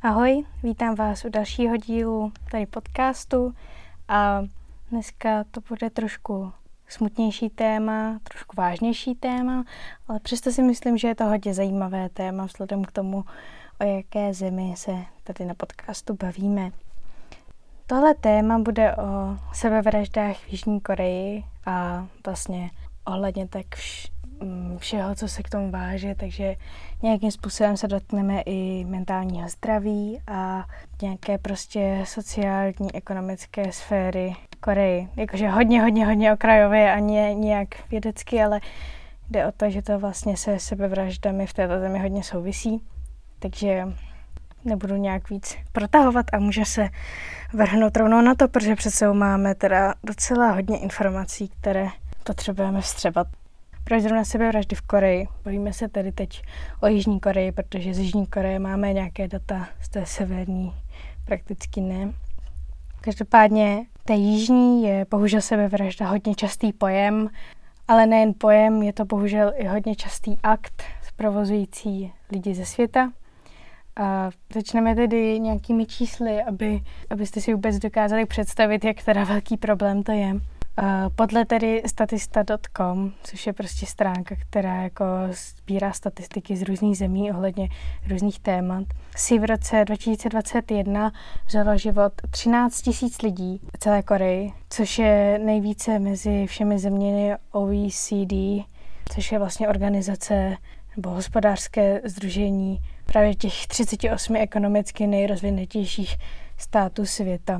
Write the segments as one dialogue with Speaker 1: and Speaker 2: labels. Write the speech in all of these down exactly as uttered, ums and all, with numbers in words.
Speaker 1: Ahoj, vítám vás u dalšího dílu tady podcastu a dneska to bude trošku smutnější téma, trošku vážnější téma, ale přesto si myslím, že je to hodně zajímavé téma vzhledem k tomu, o jaké zemi se tady na podcastu bavíme. Tohle téma bude o sebevraždách v Jižní Koreji a vlastně ohledně tak vš- všeho, co se k tomu váže, takže nějakým způsobem se dotkneme i mentálního zdraví a nějaké prostě sociální, ekonomické sféry Koreji. Jakože hodně, hodně, hodně okrajově a ně, nějak vědecky, ale jde o to, že to vlastně se sebevraždami v této zemi hodně souvisí, takže nebudu nějak víc protahovat a můžu se vrhnout rovnou na to, protože před sebou máme teda docela hodně informací, které potřebujeme vstřebat. Proč zrovna sebevraždy v Koreji? Bavíme se tedy teď o Jižní Koreji, protože z Jižní Koreje máme nějaké data, z té severní prakticky ne. Každopádně té jižní je bohužel sebevražda hodně častý pojem, ale nejen pojem, je to bohužel i hodně častý akt provozující lidi ze světa. A začneme tedy nějakými čísly, aby, abyste si vůbec dokázali představit, jak teda velký problém to je. Uh, podle tedy statista tečka com, což je prostě stránka, která jako sbírá statistiky z různých zemí ohledně různých témat, si v roce dva tisíce dvacet jedna vzalo život třináct tisíc lidí v celé Koreji, což je nejvíce mezi všemi zeměmi O E C D, což je vlastně organizace nebo hospodářské sdružení právě těch třicet osm ekonomicky nejrozvinutějších států světa.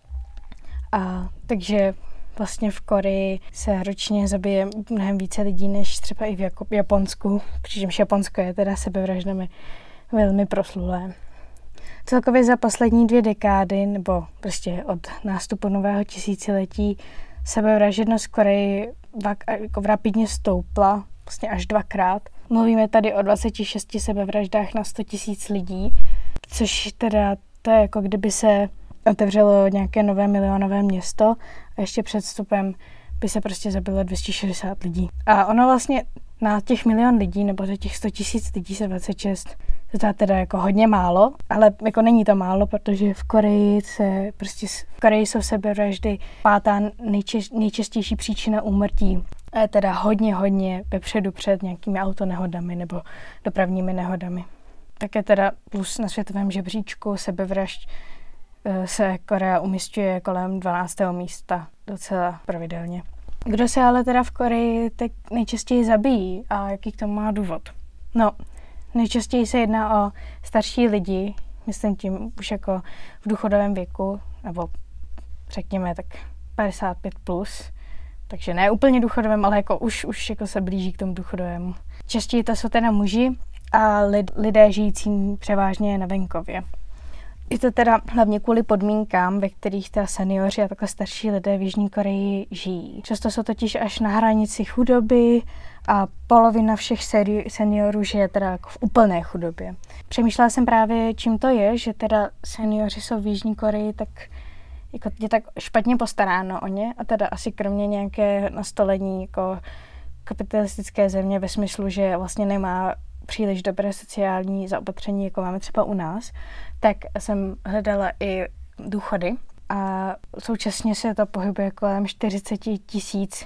Speaker 1: A takže vlastně v Koreji se ročně zabije mnohem více lidí než třeba i v Japonsku, přičemž Japonsko je teda sebevraždami velmi proslulé. Celkově za poslední dvě dekády, nebo prostě od nástupu nového tisíciletí, sebevražednost v Koreji jako rapidně stoupla, vlastně až dvakrát. Mluvíme tady o dvacet šest sebevraždách na sto tisíc lidí, což teda to je jako kdyby se otevřelo nějaké nové milionové město a ještě před vstupem by se prostě zabilo dvě stě šedesát lidí. A ono vlastně na těch milion lidí, nebo za těch sto tisíc lidí se dvacet šest zdá teda jako hodně málo, ale jako není to málo, protože v Koreji se prostě v Koreji jsou sebevraždy pátá nejčes, nejčastější příčina úmrtí. A je teda hodně, hodně vepředu před nějakými autonehodami nebo dopravními nehodami. Také teda plus na světovém žebříčku sebevražd se Korea umisťuje kolem dvanáctého místa docela pravidelně. Kdo se ale teda v Koreji teď nejčastěji zabíjí a jaký k tomu má důvod? No, nejčastěji se jedná o starší lidi, myslím tím už jako v důchodovém věku, nebo řekněme tak padesát pět plus, takže ne úplně důchodovém, ale jako už, už jako se blíží k tomu důchodovému. Častěji to jsou teda muži a lid, lidé žijící převážně na venkově. Je to teda hlavně kvůli podmínkám, ve kterých teda seniori a takhle starší lidé v Jižní Koreji žijí. Často jsou totiž až na hranici chudoby a polovina všech seri- seniorů žije teda jako v úplné chudobě. Přemýšlela jsem právě, čím to je, že teda seniori jsou v Jižní Koreji tak jako je tak špatně postaráno o ně a teda asi kromě nějaké nastolení jako kapitalistické země ve smyslu, že vlastně nemá příliš dobré sociální zaopatření, jako máme třeba u nás, tak jsem hledala i důchody a současně se to pohybuje kolem čtyřicet tisíc,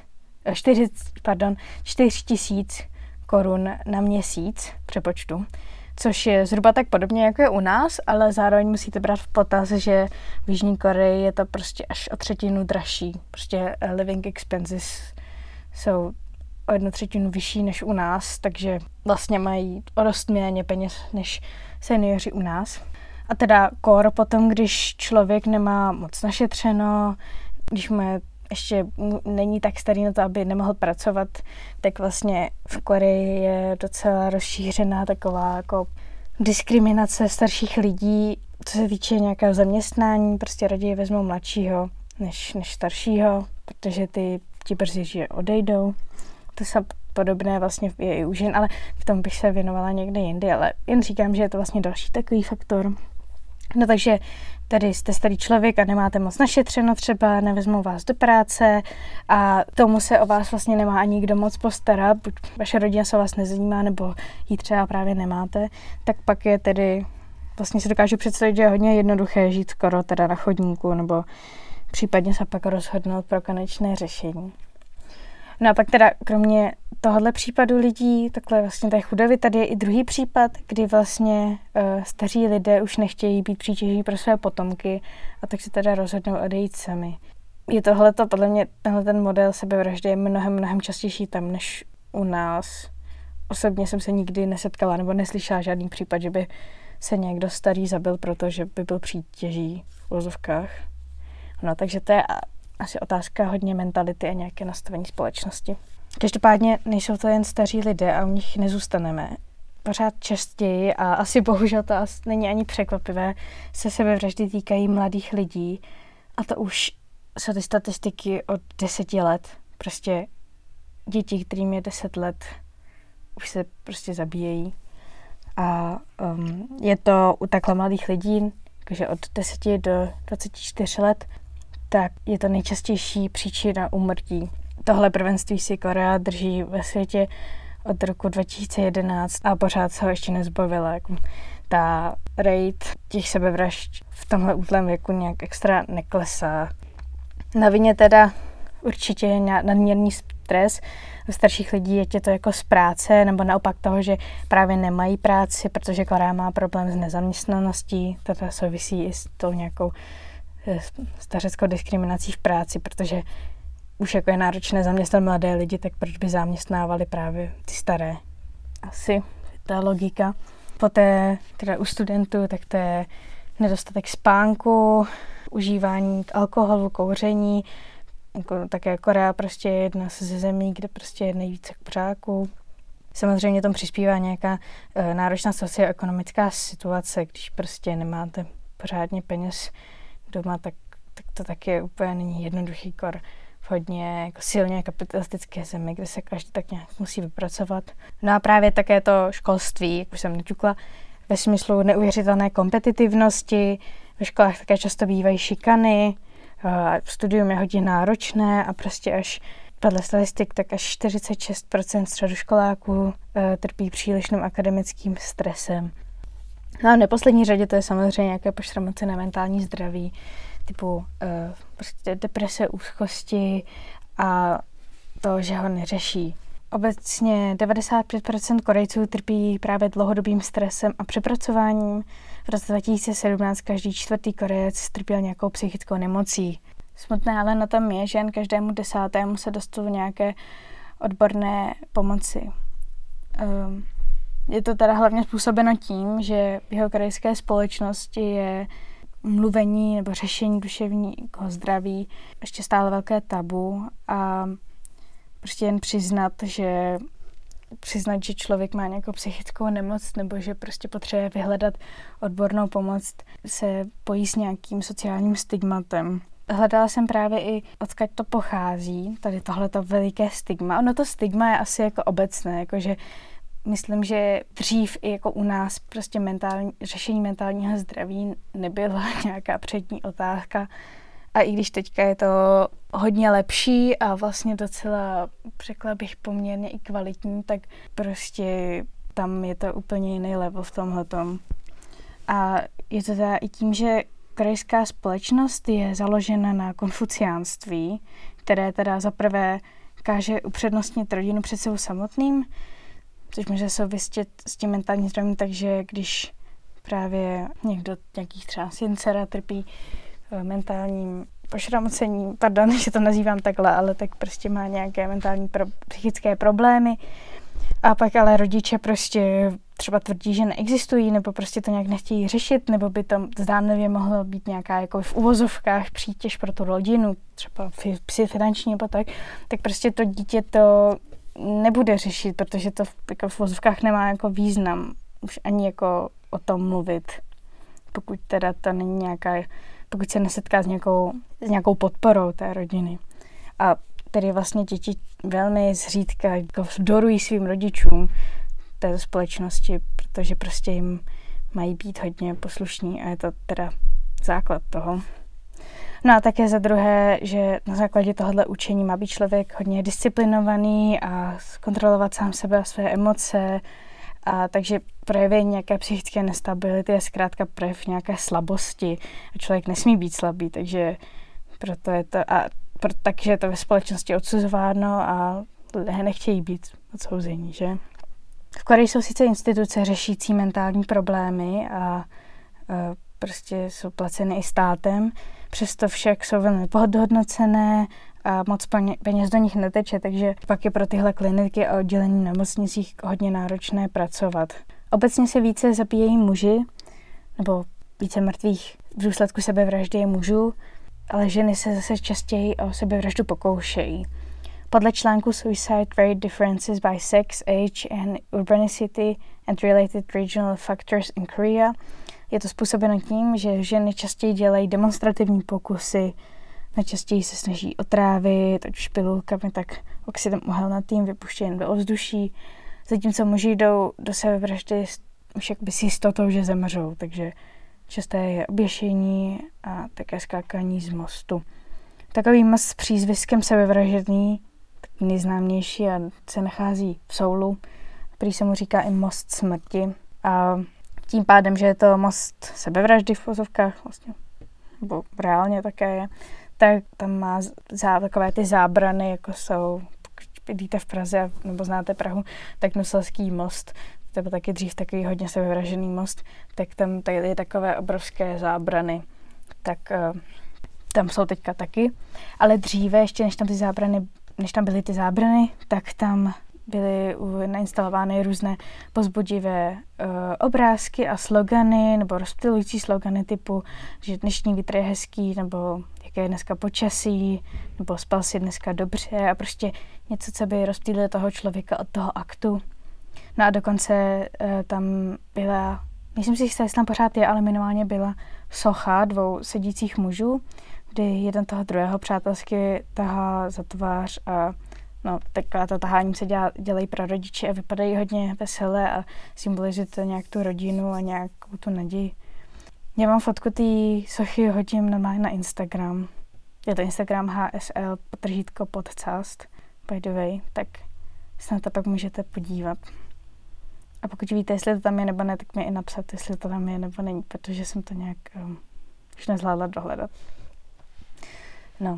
Speaker 1: pardon, čtyři tisíc korun na měsíc přepočtu, což je zhruba tak podobně, jako je u nás, ale zároveň musíte brát v potaz, že v Jižní Koreji je to prostě až o třetinu dražší. Prostě living expenses jsou o jednu třetinu vyšší než u nás, takže vlastně mají o dost méně peněz než seniori u nás. A teda kor potom, když člověk nemá moc našetřeno, když mu ještě není tak starý na to, aby nemohl pracovat, tak vlastně v Koreji je docela rozšířená taková jako diskriminace starších lidí, co se týče nějakého zaměstnání, prostě raději vezmou mladšího než, než staršího, protože ty ti brzy odejdou. To se podobné vlastně je i u žen, ale v tom bych se věnovala někde jindy, ale jen říkám, že je to vlastně další takový faktor. No takže tady jste starý člověk a nemáte moc našetřeno třeba, nevezmou vás do práce a tomu se o vás vlastně nemá ani kdo moc postarat, buď vaše rodina se o vás nezajímá, nebo ji třeba právě nemáte, tak pak je tedy vlastně si dokážu představit, že je hodně jednoduché žít skoro teda na chodníku nebo případně se pak rozhodnout pro konečné řešení. No a pak teda kromě tohohle případu lidí, takhle vlastně té chudovy, tady je i druhý případ, kdy vlastně uh, staří lidé už nechtějí být přítěží pro své potomky a tak se teda rozhodnou odejít sami. Je tohleto, podle mě, tenhle ten model sebevraždy je mnohem, mnohem častější tam, než u nás. Osobně jsem se nikdy nesetkala nebo neslyšela žádný případ, že by se někdo starý zabil, protože by byl přítěží v uvozovkách. No, takže to je asi otázka hodně mentality a nějaké nastavení společnosti. Každopádně nejsou to jen staří lidé a u nich nezůstaneme. Pořád častěji a asi bohužel to asi není ani překvapivé, se sebevraždy týkají mladých lidí a to už jsou ty statistiky od deseti let. Prostě děti, kterým je deset let, už se prostě zabíjejí. A um, je to u takhle mladých lidí, takže od deseti do dvaceti čtyř let, tak je to nejčastější příčina úmrtí. Tohle prvenství si Korea drží ve světě od roku dva tisíce jedenáct a pořád se ho ještě nezbavila. Jako ta rate těch sebevražd v tomhle útlém věku nějak extra neklesá. Na vině teda určitě je nadměrný stres. U starších lidí je to jako z práce, nebo naopak toho, že právě nemají práci, protože Korea má problém s nezaměstnaností. To souvisí i s tou nějakou stařeckou diskriminací v práci, protože už jako je náročné zaměstnat mladé lidi, tak proč by zaměstnávali právě ty staré? Asi ta logika. Poté teda u studentů, tak to je nedostatek spánku, užívání alkoholu, kouření. Jako, také Korea prostě je jedna ze zemí, kde prostě je nejvíce kuřáků. Samozřejmě tomu přispívá nějaká e, náročná socioekonomická situace, když prostě nemáte pořádně peněz doma, tak, tak to taky úplně není jednoduchý kor v hodně jako silně kapitalistické zemi, kde se každý tak nějak musí vypracovat. No a právě také to školství, jak už jsem naťukla, ve smyslu neuvěřitelné kompetitivnosti, ve školách také často bývají šikany, studium je hodně náročné a prostě až podle statistik tak až čtyřicet šest procent středoškoláků trpí přílišným akademickým stresem. No a v neposlední řadě to je samozřejmě nějaké pošramocené mentální zdraví, typu uh, prostě deprese, úzkosti a to, že ho neřeší. Obecně devadesát pět procent Korejců trpí právě dlouhodobým stresem a přepracováním. V roce dva tisíce sedmnáct každý čtvrtý Korejec trpěl nějakou psychickou nemocí. Smutné ale na tom je, že jen každému desátému se dostalo nějaké odborné pomoci. Um, je to teda hlavně způsobeno tím, že v jihokorejské společnosti je mluvení nebo řešení duševního zdraví ještě stále velké tabu a prostě jen přiznat, že přiznat, že člověk má nějakou psychickou nemoc nebo že prostě potřebuje vyhledat odbornou pomoc, se pojí s nějakým sociálním stigmatem. Hledala jsem právě i, odkud to pochází, tady tohleto veliké stigma. Ono to stigma je asi jako obecné, jakože myslím, že dřív i jako u nás prostě mentální, řešení mentálního zdraví nebyla nějaká přední otázka. A i když teďka je to hodně lepší a vlastně docela, řekla bych, poměrně i kvalitní, tak prostě tam je to úplně jiný level v tomhletom. A je to teda i tím, že korejská společnost je založena na konfuciánství, které teda zaprvé káže upřednostnit rodinu před sebou samotným, což může souviset s tím mentálním zdravím, takže když právě někdo, nějakých třeba syn, dcera trpí mentálním pošramocením, pardon, že to nazývám takhle, ale tak prostě má nějaké mentální pro, psychické problémy a pak ale rodiče prostě třeba tvrdí, že neexistují, nebo prostě to nějak nechtějí řešit, nebo by tam zdánlivě mohlo být nějaká jako v uvozovkách přítěž pro tu rodinu, třeba finanční nebo tak, tak prostě to dítě to nebude řešit, protože to v, jako v uvozovkách nemá jako význam už ani jako o tom mluvit, pokud teda to není nějaká, pokud se nesetká s nějakou, s nějakou podporou té rodiny. A tedy vlastně děti velmi zřídka jako vdorují svým rodičům této společnosti, protože prostě jim mají být hodně poslušní a je to teda základ toho. No a také za druhé, že na základě tohohle učení má být člověk hodně disciplinovaný a kontrolovat sám sebe a své emoce A takže projevy nějaké psychické nestability je zkrátka projev nějaké slabosti. A člověk nesmí být slabý, takže proto je to, a pro, takže je to ve společnosti odsuzováno a lidé nechtějí být odsouzení, že? V Koreji jsou sice instituce řešící mentální problémy a, a prostě jsou placeny i státem, přesto však jsou velmi podhodnocené a moc peněz do nich neteče, takže pak je pro tyhle kliniky a oddělení v nemocnicích hodně náročné pracovat. Obecně se více zabíjejí muži, nebo více mrtvých v důsledku sebevraždy je mužů, ale ženy se zase častěji o sebevraždu pokoušejí. Podle článku Suicide Rate Differences by Sex, Age and Urbanicity and Related Regional Factors in Korea je to způsobeno tím, že ženy častěji dělají demonstrativní pokusy, nejčastěji se snaží otrávit, ať už pilulkami, tak oxidem uhelnatým vypuštěným do ovzduší, zatímco muži jdou do sebevraždy už jakoby s jistotou, že zemřou, takže časté je oběšení a také skákání z mostu. Takový most s přízviskem sebevražedný, takový nejznámější a se nachází v Soulu, který se mu říká i most smrti. A tím pádem, že je to most sebevraždy v vozovkách, vlastně, nebo reálně také je, tak tam má zá, takové ty zábrany, jako jsou, pokud bydlíte v Praze nebo znáte Prahu, tak Noselský most, to byl taky dřív takový hodně sebevražený most, tak tam tady je takové obrovské zábrany. Tak uh, tam jsou teďka taky, ale dříve, ještě než tam ty zábrany, než tam byly ty zábrany, tak tam byly nainstalovány různé povzbudivé uh, obrázky a slogany, nebo rozptylující slogany typu, že dnešní vítr je hezký, nebo jaké je dneska počasí, nebo spal si dneska dobře a prostě něco, co by rozptýlilo toho člověka od toho aktu. No a dokonce uh, tam byla, myslím si, že tam pořád je, ale minimálně byla socha dvou sedících mužů, kdy jeden toho druhého přátelsky tahá za tvář a no, taková ta tahání se dělá, dělají prarodiče a vypadají hodně veselé a symbolizuje to nějak tu rodinu a nějakou tu naději. Já mám fotku té sochy, hodím normálně na Instagram. Je to Instagram H S L podtržítko podcast, by the way, tak se na to pak můžete podívat. A pokud víte, jestli to tam je nebo ne, tak mi i napsat, jestli to tam je nebo není, protože jsem to nějak um, už nezvládla dohledat. No.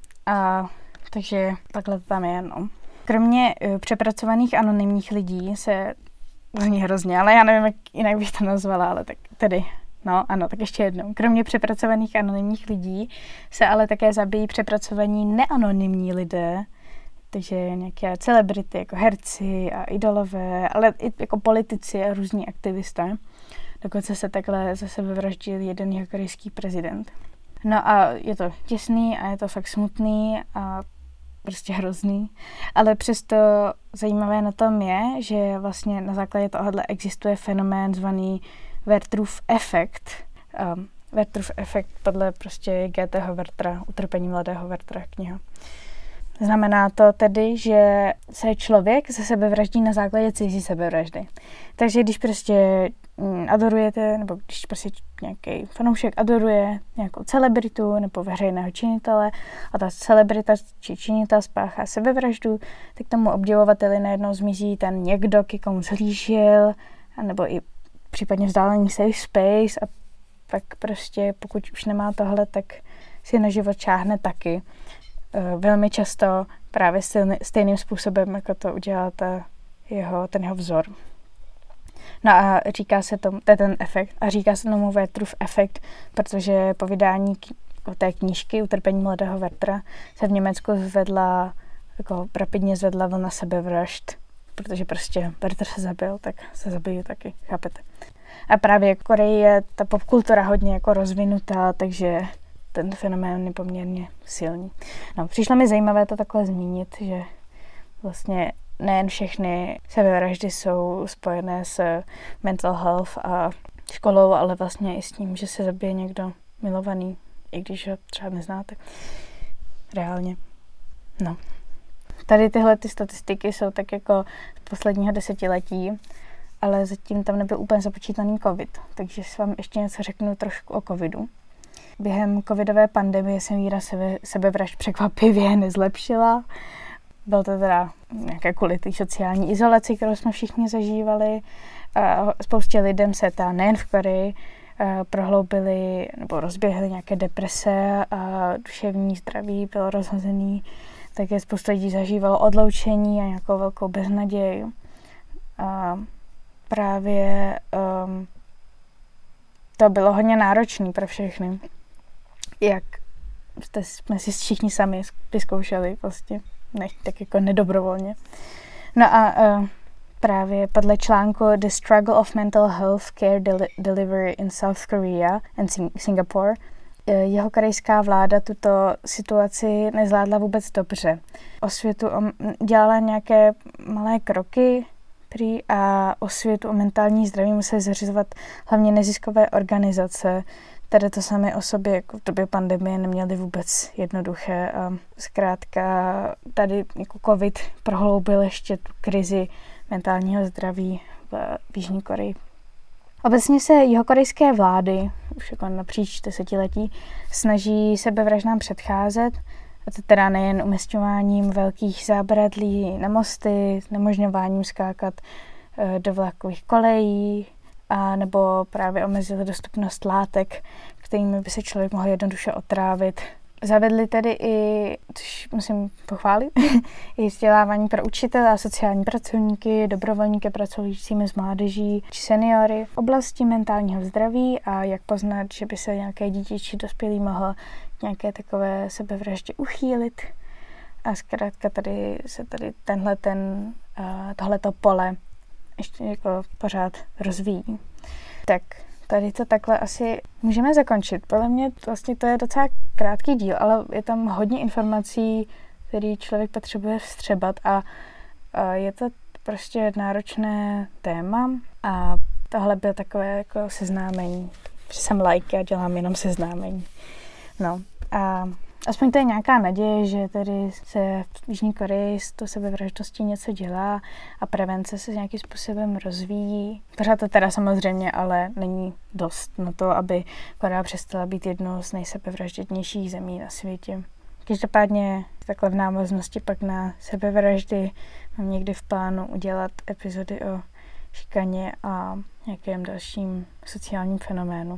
Speaker 1: A takže takhle to tam je, no. Kromě uh, přepracovaných anonymních lidí se zní hrozně, ale já nevím, jak jinak bych to nazvala, ale tak tedy, no ano, tak ještě jednou. Kromě přepracovaných anonymních lidí se ale také zabíjí přepracovaní neanonymní lidé, takže nějaké celebrity jako herci a idolové, ale i jako politici a různí aktivisté. Dokonce se takhle zase vyvraždil jeden jeho korejský prezident. No a je to těsný a je to fakt smutný a prostě hrozný, ale přesto zajímavé na tom je, že vlastně na základě tohohle existuje fenomén zvaný Wertherův efekt. Um, Wertherův efekt podle prostě G T Werthera, Utrpení mladého Werthera kniha. Znamená to tedy, že se člověk ze sebevraždí na základě cizí sebevraždy. Takže když prostě adorujete, nebo když prostě nějaký fanoušek adoruje nějakou celebritu nebo veřejného činitele a ta celebrita či činitel spáchá sebevraždu, tak tomu obdivovateli najednou zmizí ten někdo, k komu zhlížel, nebo i případně vzdálený safe space a pak prostě, pokud už nemá tohle, tak si na život čáhne taky. Velmi často právě stejným způsobem, jako to udělá ta jeho, ten jeho vzor. No a říká se tomu, to je ten efekt, a říká se tomu Wertherův efekt, protože po vydání k, té knížky Utrpení mladého Werthera se v Německu zvedla, jako rapidně zvedla vlna sebevražd, protože prostě Werther se zabil, tak se zabijí taky, chápete. A právě v Koreji je ta popkultura hodně jako rozvinutá, takže ten fenomén je poměrně silný. No, přišlo mi zajímavé to takhle zmínit, že vlastně nejen všechny sebevraždy jsou spojené s mental health a školou, ale vlastně i s tím, že se zabije někdo milovaný, i když ho třeba neznáte reálně. No. Tady tyhle ty statistiky jsou tak jako z posledního desetiletí, ale zatím tam nebyl úplně započítaný covid, takže si vám ještě něco řeknu trošku o covidu. Během covidové pandemie se míra sebe, sebevražd překvapivě nezlepšila. Bylo to teda nějaké kvůli té sociální izolaci, kterou jsme všichni zažívali. Spoustě lidem se ta nejen v Koreji prohloubily nebo rozběhly nějaké deprese a duševní zdraví bylo rozhozený. Takže spousta lidí zažívalo odloučení a nějakou velkou beznaděj. A právě um, to bylo hodně náročné pro všechny. Jak jste, jsme si všichni sami vyzkoušeli, vlastně, ne, tak jako nedobrovolně. No a uh, právě podle článku The Struggle of Mental Health Care Del- Delivery in South Korea and Sing- Singapore, jeho korejská vláda tuto situaci nezvládla vůbec dobře. Osvětu dělala nějaké malé kroky prý a osvětu o mentální zdraví musely zařizovat hlavně neziskové organizace, které to sami o sobě jako v době pandemie neměly vůbec jednoduché. A zkrátka tady jako covid prohloubil ještě tu krizi mentálního zdraví v, v Jižní Koreji. Obecně se jihokorejské vlády, už jako napříč desetiletí, snaží sebevraždám předcházet, a to teda nejen umisťováním velkých zábradlí na mosty, znemožňováním skákat do vlakových kolejí, a nebo právě omezili dostupnost látek, kterými by se člověk mohl jednoduše otrávit. Zavedli tedy i, což musím pochválit, i vzdělávání pro učitele a sociální pracovníky, dobrovolníky pracujícími s mládeží či seniory v oblasti mentálního zdraví a jak poznat, že by se nějaké dítě či dospělý mohl nějaké takové sebevraždě uchýlit. A zkrátka tady se tady tenhle ten, tohleto pole ještě jako pořád rozvíjí. Tak tady to takhle asi můžeme zakončit. Podle mě vlastně to je docela krátký díl, ale je tam hodně informací, který člověk potřebuje vstřebat a, a je to prostě náročné téma a tohle bylo takové jako seznámení. Jsem like a dělám jenom seznámení. No a aspoň to je nějaká naděje, že tedy se v Jižní Koreji s tou sebevraždostí něco dělá a prevence se nějakým způsobem rozvíjí. Pořád to teda samozřejmě, ale není dost na to, aby Korea přestala být jednou z nejsebevraždětnějších zemí na světě. Každopádně takhle v návaznosti pak na sebevraždy mám někdy v plánu udělat epizody o šikaně a nějakém dalším sociálním fenoménu.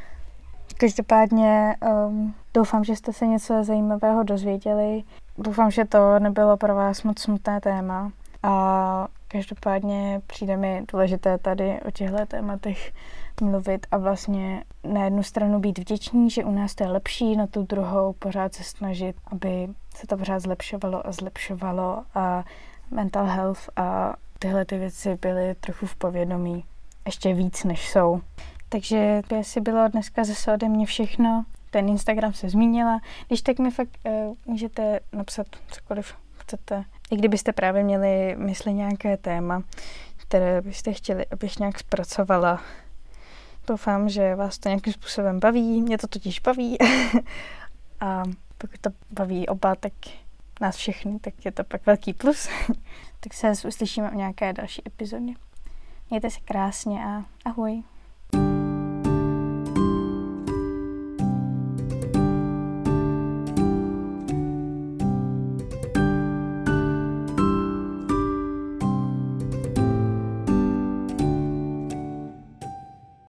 Speaker 1: Každopádně um, doufám, že jste se něco zajímavého dozvěděli. Doufám, že to nebylo pro vás moc smutné téma. A každopádně přijde mi důležité tady o těchto tématech mluvit a vlastně na jednu stranu být vděčný, že u nás to je lepší, na tu druhou pořád se snažit, aby se to pořád zlepšovalo a zlepšovalo a mental health a tyhle ty věci byly trochu v povědomí ještě víc, než jsou. Takže by asi bylo dneska zase ode mě všechno. Ten Instagram se zmínila. Když tak mi fakt uh, můžete napsat cokoliv chcete. I kdybyste právě měli mysli nějaké téma, které byste chtěli, abych nějak zpracovala. Doufám, že vás to nějakým způsobem baví. Mě to totiž baví. A pokud to baví oba, tak nás všechny, tak je to pak velký plus. Tak se uslyšíme o nějaké další epizodě. Mějte se krásně a ahoj.